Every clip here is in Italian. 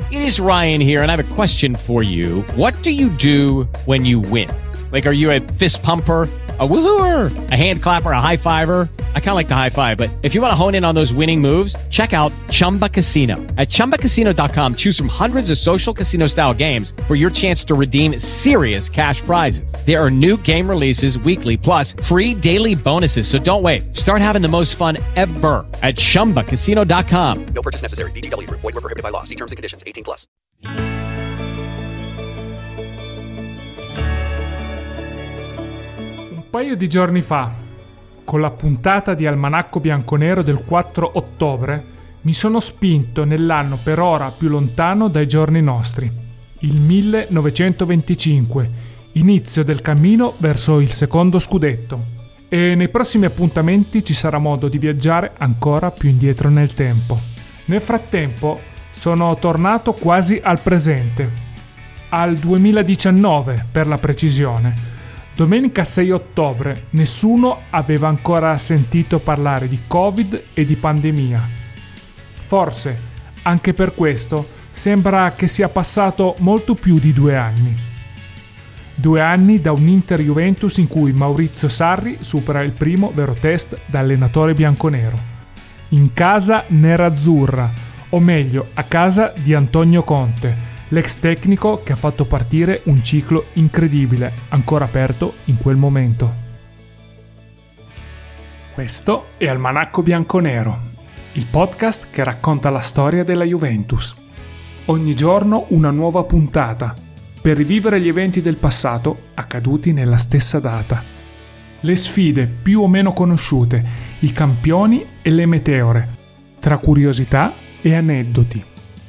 It is Ryan here, and I have a question for you. What do you do when you win? Like, are you a fist pumper, a woohooer, a hand clapper, a high fiver? I kind of like the high five, but if you want to hone in on those winning moves, check out Chumba Casino. At ChumbaCasino.com, choose from hundreds of social casino style games for your chance to redeem serious cash prizes. There are new game releases weekly, plus free daily bonuses. So don't wait. Start having the most fun ever at ChumbaCasino.com. No purchase necessary. VGW Group. Void where prohibited by law. See terms and conditions. 18+. Un paio di giorni fa, con la puntata di Almanacco Bianconero del 4 ottobre, mi sono spinto nell'anno per ora più lontano dai giorni nostri, il 1925, inizio del cammino verso il secondo scudetto. E nei prossimi appuntamenti ci sarà modo di viaggiare ancora più indietro nel tempo. Nel frattempo sono tornato quasi al presente, al 2019 per la precisione. Domenica 6 ottobre nessuno aveva ancora sentito parlare di Covid e di pandemia. Forse, anche per questo, sembra che sia passato molto più di 2 anni. 2 anni da un Inter-Juventus in cui Maurizio Sarri supera il primo vero test da allenatore bianconero. In casa nerazzurra, o meglio, a casa di Antonio Conte, l'ex tecnico che ha fatto partire un ciclo incredibile, ancora aperto in quel momento. Questo è Almanacco Bianconero, il podcast che racconta la storia della Juventus. Ogni giorno una nuova puntata, per rivivere gli eventi del passato accaduti nella stessa data. Le sfide più o meno conosciute, i campioni e le meteore, tra curiosità e aneddoti.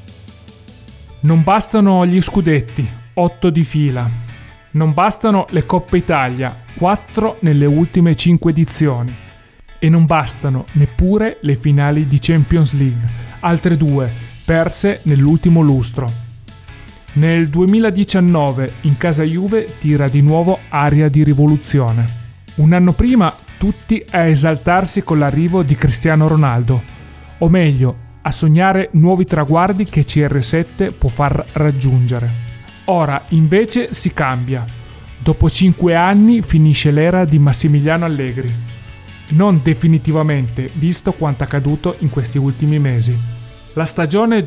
Non bastano gli scudetti, 8 di fila. Non bastano le Coppe Italia, 4 nelle ultime 5 edizioni. E non bastano neppure le finali di Champions League, altre 2, perse nell'ultimo lustro. Nel 2019 in casa Juve tira di nuovo aria di rivoluzione. Un anno prima tutti a esaltarsi con l'arrivo di Cristiano Ronaldo, o meglio, a sognare nuovi traguardi che CR7 può far raggiungere. Ora invece si cambia. Dopo 5 anni finisce l'era di Massimiliano Allegri. Non definitivamente, visto quanto accaduto in questi ultimi mesi. La stagione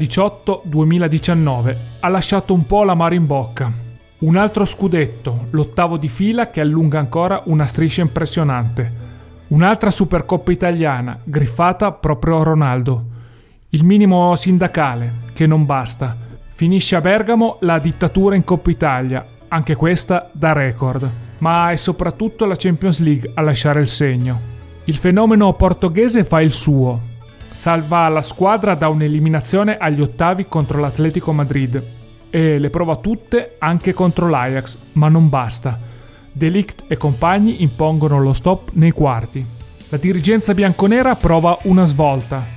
2018-2019 ha lasciato un po' l'amaro in bocca. Un altro scudetto, l'8º di fila che allunga ancora una striscia impressionante. Un'altra Supercoppa italiana, griffata proprio a Ronaldo. Il minimo sindacale, che non basta. Finisce a Bergamo la dittatura in Coppa Italia, anche questa da record. Ma è soprattutto la Champions League a lasciare il segno. Il fenomeno portoghese fa il suo. Salva la squadra da un'eliminazione agli ottavi contro l'Atletico Madrid. E le prova tutte anche contro l'Ajax, ma non basta. De Ligt e compagni impongono lo stop nei quarti. La dirigenza bianconera prova una svolta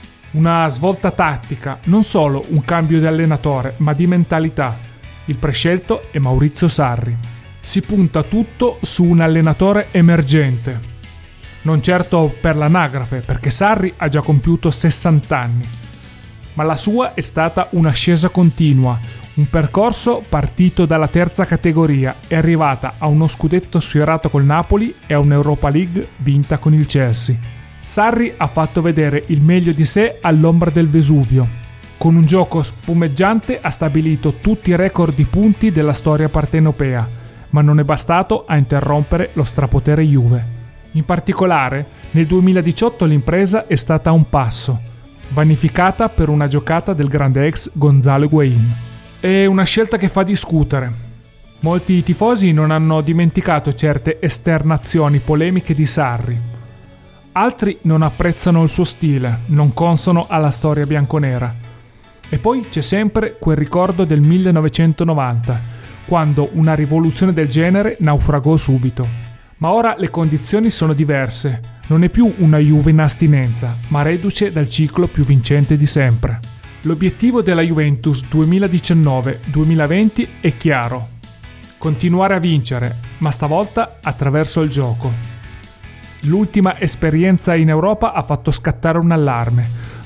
tattica, non solo un cambio di allenatore, ma di mentalità. Il prescelto è Maurizio Sarri. Si punta tutto su un allenatore emergente. Non certo per l'anagrafe, perché Sarri ha già compiuto 60 anni. Ma la sua è stata un'ascesa continua, un percorso partito dalla terza categoria e arrivata a uno scudetto sfiorato col Napoli e a un'Europa League vinta con il Chelsea. Sarri ha fatto vedere il meglio di sé all'ombra del Vesuvio. Con un gioco spumeggiante ha stabilito tutti i record di punti della storia partenopea, ma non è bastato a interrompere lo strapotere Juve. In particolare, nel 2018 l'impresa è stata a un passo, vanificata per una giocata del grande ex Gonzalo Higuaín. È una scelta che fa discutere. Molti tifosi non hanno dimenticato certe esternazioni polemiche di Sarri. Altri non apprezzano il suo stile, non consono alla storia bianconera. E poi c'è sempre quel ricordo del 1990, quando una rivoluzione del genere naufragò subito. Ma ora le condizioni sono diverse. Non è più una Juve in astinenza, ma reduce dal ciclo più vincente di sempre. L'obiettivo della Juventus 2019-2020 è chiaro. Continuare a vincere, ma stavolta attraverso il gioco. L'ultima esperienza in Europa ha fatto scattare un allarme.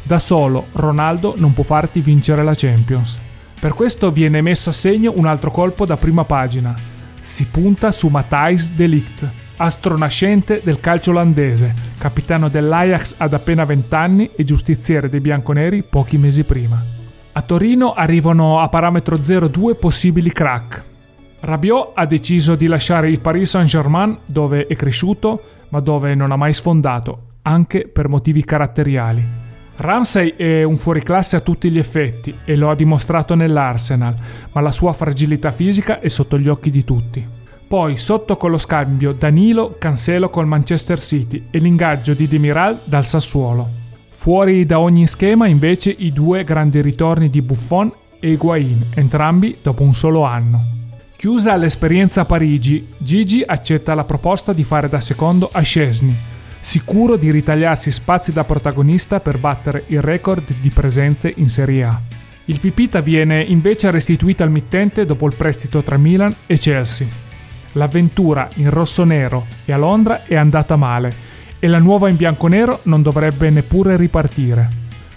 Da solo Ronaldo non può farti vincere la Champions. Per questo viene messo a segno un altro colpo da prima pagina. Si punta su Matthijs de Ligt, astro nascente del calcio olandese, capitano dell'Ajax ad appena 20 anni e giustiziere dei bianconeri pochi mesi prima. A Torino arrivano a parametro zero 2 possibili crack. Rabiot ha deciso di lasciare il Paris Saint-Germain, dove è cresciuto, ma dove non ha mai sfondato, anche per motivi caratteriali. Ramsey è un fuoriclasse a tutti gli effetti e lo ha dimostrato nell'Arsenal, ma la sua fragilità fisica è sotto gli occhi di tutti. Poi sotto con lo scambio Danilo, Cancelo col Manchester City e l'ingaggio di Demiral dal Sassuolo. Fuori da ogni schema invece i due grandi ritorni di Buffon e Higuain, entrambi dopo un solo anno. Chiusa l'esperienza a Parigi, Gigi accetta la proposta di fare da secondo a Szczesny, sicuro di ritagliarsi spazi da protagonista per battere il record di presenze in Serie A. Il Pipita viene invece restituito al mittente dopo il prestito tra Milan e Chelsea. L'avventura in rosso-nero e a Londra è andata male e la nuova in bianconero non dovrebbe neppure ripartire.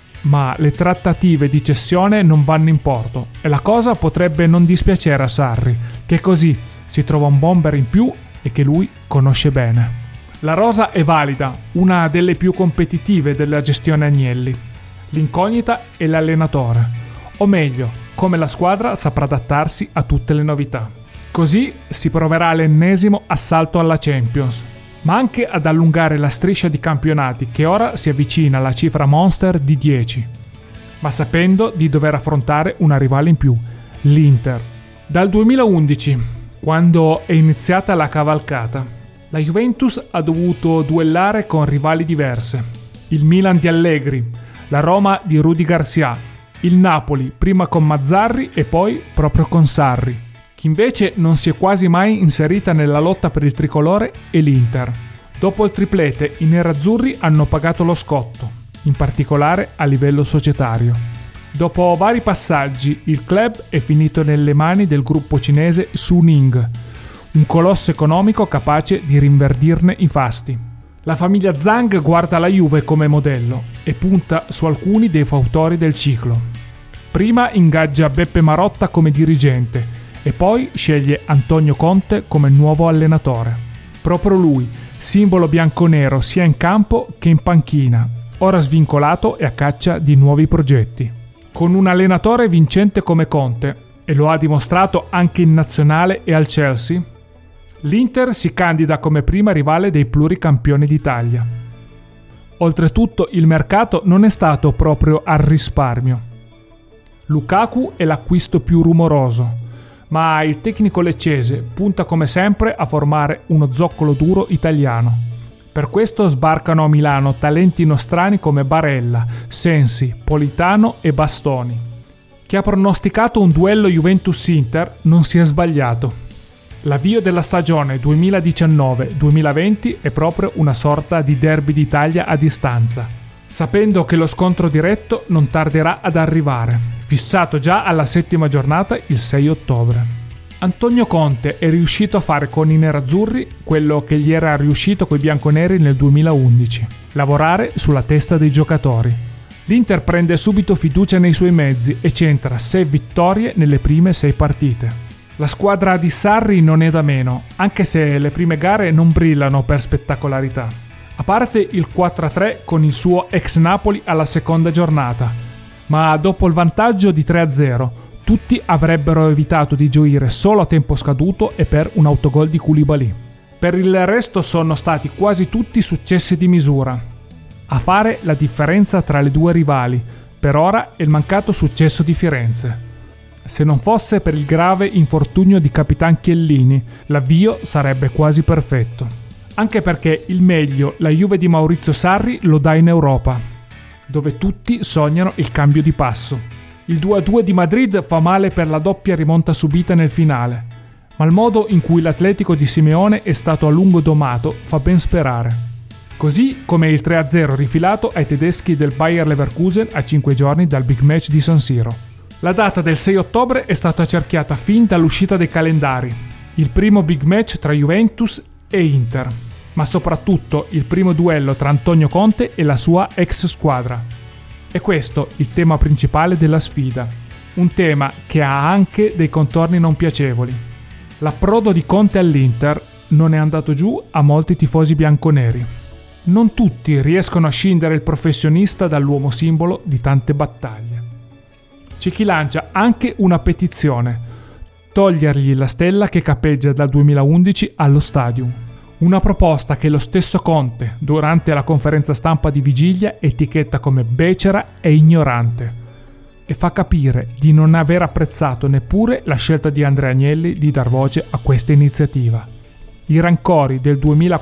Ma le trattative di cessione non vanno in porto e la cosa potrebbe non dispiacere a Sarri, che così si trova un bomber in più e che lui conosce bene. La rosa è valida, una delle più competitive della gestione Agnelli. L'incognita è l'allenatore, o meglio, come la squadra saprà adattarsi a tutte le novità. Così si proverà l'ennesimo assalto alla Champions, ma anche ad allungare la striscia di campionati che ora si avvicina alla cifra monster di 10, ma sapendo di dover affrontare una rivale in più, l'Inter. Dal 2011, quando è iniziata la cavalcata, la Juventus ha dovuto duellare con rivali diverse. Il Milan di Allegri, la Roma di Rudi Garcia, il Napoli prima con Mazzarri e poi proprio con Sarri. Chi invece non si è quasi mai inserita nella lotta per il tricolore è l'Inter. Dopo il triplete i nerazzurri hanno pagato lo scotto, in particolare a livello societario. Dopo vari passaggi il club è finito nelle mani del gruppo cinese Suning, un colosso economico capace di rinverdirne i fasti. La famiglia Zhang guarda la Juve come modello e punta su alcuni dei fautori del ciclo. Prima ingaggia Beppe Marotta come dirigente e poi sceglie Antonio Conte come nuovo allenatore. Proprio lui, simbolo bianconero sia in campo che in panchina, ora svincolato e a caccia di nuovi progetti. Con un allenatore vincente come Conte, e lo ha dimostrato anche in nazionale e al Chelsea, l'Inter si candida come prima rivale dei pluricampioni d'Italia. Oltretutto il mercato non è stato proprio al risparmio. Lukaku è l'acquisto più rumoroso, ma il tecnico leccese punta come sempre a formare uno zoccolo duro italiano. Per questo sbarcano a Milano talenti nostrani come Barella, Sensi, Politano e Bastoni. Chi ha pronosticato un duello Juventus-Inter non si è sbagliato. L'avvio della stagione 2019-2020 è proprio una sorta di derby d'Italia a distanza, sapendo che lo scontro diretto non tarderà ad arrivare, fissato già alla 7ª giornata il 6 ottobre. Antonio Conte è riuscito a fare con i nerazzurri quello che gli era riuscito coi bianconeri nel 2011, lavorare sulla testa dei giocatori. L'Inter prende subito fiducia nei suoi mezzi e centra 6 vittorie nelle prime 6 partite. La squadra di Sarri non è da meno, anche se le prime gare non brillano per spettacolarità. A parte il 4-3 con il suo ex Napoli alla seconda giornata, ma dopo il vantaggio di 3-0, tutti avrebbero evitato di gioire solo a tempo scaduto e per un autogol di Koulibaly. Per il resto sono stati quasi tutti successi di misura. A fare la differenza tra le due rivali, per ora, è il mancato successo di Firenze. Se non fosse per il grave infortunio di Capitan Chiellini, l'avvio sarebbe quasi perfetto. Anche perché il meglio la Juve di Maurizio Sarri lo dà in Europa, dove tutti sognano il cambio di passo. Il 2-2 di Madrid fa male per la doppia rimonta subita nel finale, ma il modo in cui l'Atletico di Simeone è stato a lungo domato fa ben sperare. Così come il 3-0 rifilato ai tedeschi del Bayer Leverkusen a 5 giorni dal big match di San Siro. La data del 6 ottobre è stata cerchiata fin dall'uscita dei calendari, il primo big match tra Juventus e Inter, ma soprattutto il primo duello tra Antonio Conte e la sua ex squadra. È questo il tema principale della sfida, un tema che ha anche dei contorni non piacevoli. L'approdo di Conte all'Inter non è andato giù a molti tifosi bianconeri. Non tutti riescono a scindere il professionista dall'uomo simbolo di tante battaglie. C'è chi lancia anche una petizione: togliergli la stella che cappeggia dal 2011 allo Stadium. Una proposta che lo stesso Conte, durante la conferenza stampa di vigilia, etichetta come becera e ignorante, e fa capire di non aver apprezzato neppure la scelta di Andrea Agnelli di dar voce a questa iniziativa. I rancori del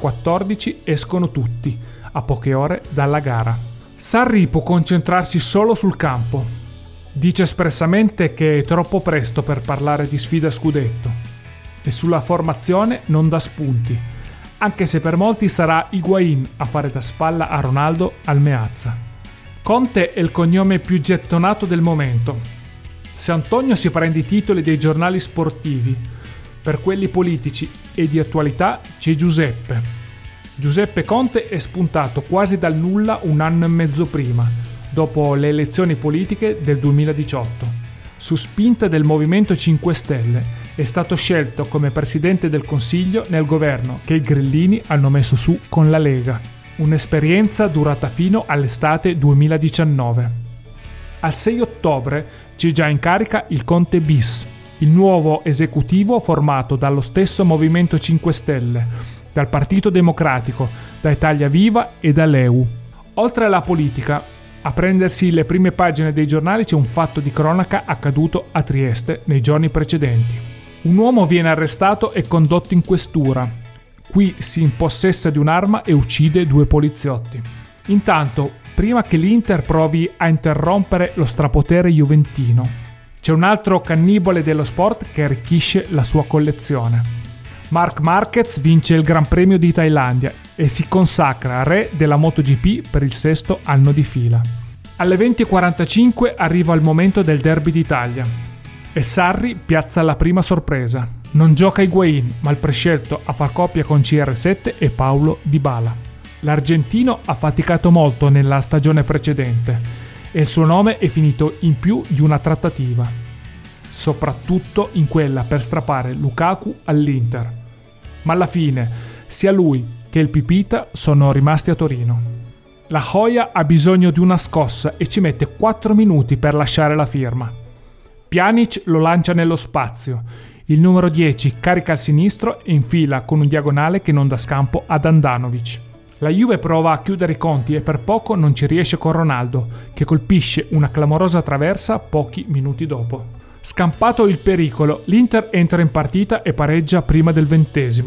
2014 escono tutti, a poche ore dalla gara. Sarri può concentrarsi solo sul campo. Dice espressamente che è troppo presto per parlare di sfida scudetto e sulla formazione non dà spunti, anche se per molti sarà Higuaín a fare da spalla a Ronaldo al Meazza. Conte è il cognome più gettonato del momento. Se Antonio si prende i titoli dei giornali sportivi, per quelli politici e di attualità c'è Giuseppe. Giuseppe Conte è spuntato quasi dal nulla un anno e mezzo prima, dopo le elezioni politiche del 2018. Su spinta del Movimento 5 Stelle è stato scelto come Presidente del Consiglio nel governo che i grillini hanno messo su con la Lega. Un'esperienza durata fino all'estate 2019. Al 6 ottobre c'è già in carica il Conte bis, il nuovo esecutivo formato dallo stesso Movimento 5 Stelle, dal Partito Democratico, da Italia Viva e dall'EU. Oltre alla politica, a prendersi le prime pagine dei giornali c'è un fatto di cronaca accaduto a Trieste nei giorni precedenti. Un uomo viene arrestato e condotto in questura. Qui si impossessa di un'arma e uccide 2 poliziotti. Intanto, prima che l'Inter provi a interrompere lo strapotere juventino, c'è un altro cannibale dello sport che arricchisce la sua collezione. Marc Marquez vince il Gran Premio di Thailandia e si consacra re della MotoGP per il 6° anno di fila. Alle 20:45 arriva il momento del Derby d'Italia e Sarri piazza la prima sorpresa. Non gioca Higuaín, ma il prescelto a far coppia con CR7 e Paulo Dybala. L'argentino ha faticato molto nella stagione precedente e il suo nome è finito in più di una trattativa, soprattutto in quella per strappare Lukaku all'Inter. Ma alla fine sia lui che il Pipita sono rimasti a Torino. La Joya ha bisogno di una scossa e ci mette 4 minuti per lasciare la firma. Pjanic lo lancia nello spazio. Il numero 10 carica al sinistro e infila con un diagonale che non dà scampo ad Andanovic. La Juve prova a chiudere i conti e per poco non ci riesce con Ronaldo, che colpisce una clamorosa traversa pochi minuti dopo. Scampato il pericolo, l'Inter entra in partita e pareggia prima del 20°.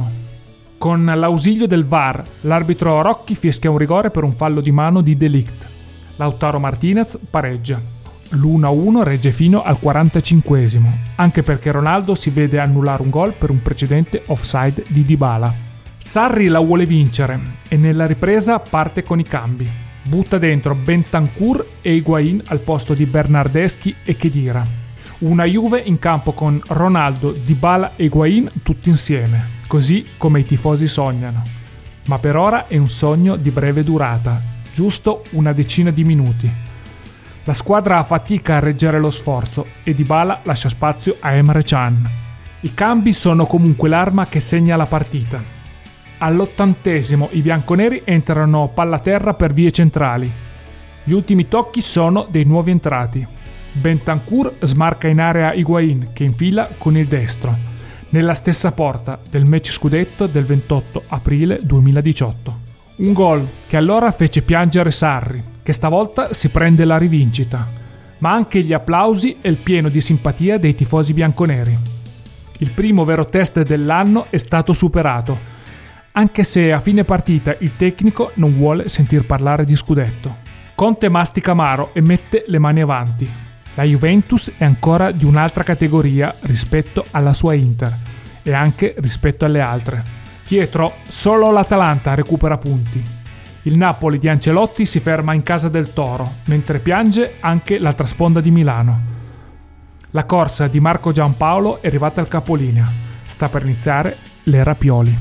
Con l'ausilio del VAR, l'arbitro Rocchi fischia un rigore per un fallo di mano di De Ligt. Lautaro Martinez pareggia. L'1-1 regge fino al 45°, anche perché Ronaldo si vede annullare un gol per un precedente offside di Dybala. Sarri la vuole vincere e nella ripresa parte con i cambi. Butta dentro Bentancur e Higuaín al posto di Bernardeschi e Khedira. Una Juve in campo con Ronaldo, Dybala e Higuaín tutti insieme, così come i tifosi sognano. Ma per ora è un sogno di breve durata, giusto una decina di minuti. La squadra fatica a reggere lo sforzo e Dybala lascia spazio a Emre Can. I cambi sono comunque l'arma che segna la partita. All'80° i bianconeri entrano palla terra per vie centrali. Gli ultimi tocchi sono dei nuovi entrati. Bentancur smarca in area Higuaín che infila con il destro, nella stessa porta del match scudetto del 28 aprile 2018. Un gol che allora fece piangere Sarri, che stavolta si prende la rivincita, ma anche gli applausi e il pieno di simpatia dei tifosi bianconeri. Il primo vero test dell'anno è stato superato, anche se a fine partita il tecnico non vuole sentir parlare di scudetto. Conte mastica amaro e mette le mani avanti. La Juventus è ancora di un'altra categoria rispetto alla sua Inter e anche rispetto alle altre. Dietro solo l'Atalanta recupera punti. Il Napoli di Ancelotti si ferma in casa del Toro, mentre piange anche l'altra sponda di Milano. La corsa di Marco Giampaolo è arrivata al capolinea. Sta per iniziare l'era Pioli.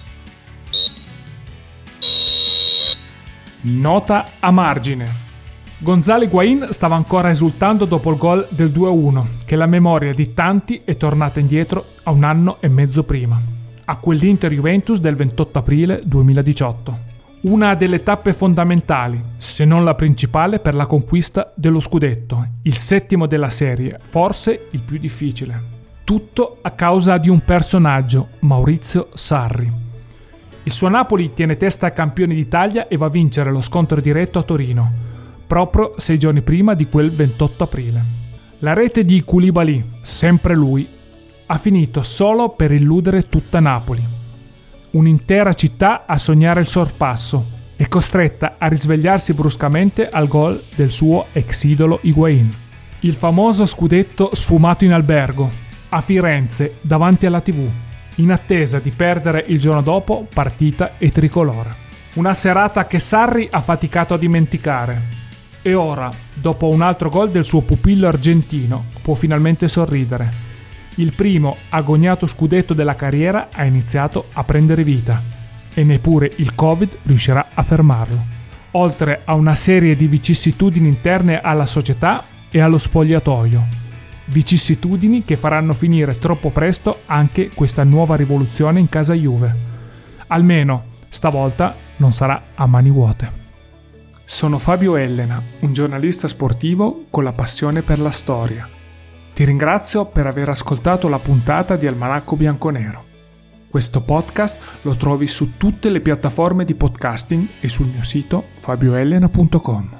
Nota a margine. Gonzalo Higuaín stava ancora esultando dopo il gol del 2-1, che la memoria di tanti è tornata indietro a un anno e mezzo prima, a quell'Inter Juventus del 28 aprile 2018. Una delle tappe fondamentali, se non la principale, per la conquista dello scudetto, il 7° della serie, forse il più difficile. Tutto a causa di un personaggio, Maurizio Sarri. Il suo Napoli tiene testa a campione d'Italia e va a vincere lo scontro diretto a Torino, proprio 6 giorni prima di quel 28 aprile. La rete di Koulibaly, sempre lui, ha finito solo per illudere tutta Napoli. Un'intera città a sognare il sorpasso e costretta a risvegliarsi bruscamente al gol del suo ex idolo Higuaín. Il famoso scudetto sfumato in albergo, a Firenze, davanti alla TV, in attesa di perdere il giorno dopo partita e tricolore. Una serata che Sarri ha faticato a dimenticare. E ora, dopo un altro gol del suo pupillo argentino, può finalmente sorridere. Il primo agognato scudetto della carriera ha iniziato a prendere vita e neppure il Covid riuscirà a fermarlo. Oltre a una serie di vicissitudini interne alla società e allo spogliatoio. Vicissitudini che faranno finire troppo presto anche questa nuova rivoluzione in casa Juve. Almeno, stavolta non sarà a mani vuote. Sono Fabio Elena, un giornalista sportivo con la passione per la storia. Ti ringrazio per aver ascoltato la puntata di Almanacco Bianconero. Questo podcast lo trovi su tutte le piattaforme di podcasting e sul mio sito fabioelena.com.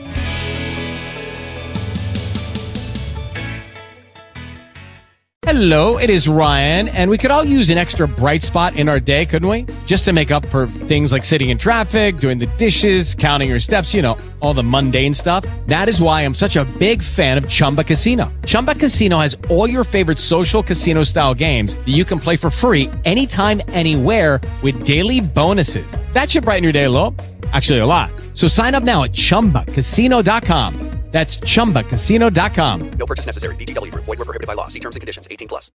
Hello, it is Ryan, and we could all use an extra bright spot in our day, couldn't we? Just to make up for things like sitting in traffic, doing the dishes, counting your steps, all the mundane stuff. That is why I'm such a big fan of Chumba Casino. Chumba Casino has all your favorite social casino-style games that you can play for free anytime, anywhere with daily bonuses. That should brighten your day a little. Actually, a lot. So sign up now at ChumbaCasino.com. That's ChumbaCasino.com. No purchase necessary. VGW Group. Void where prohibited by law. See terms and conditions. 18+.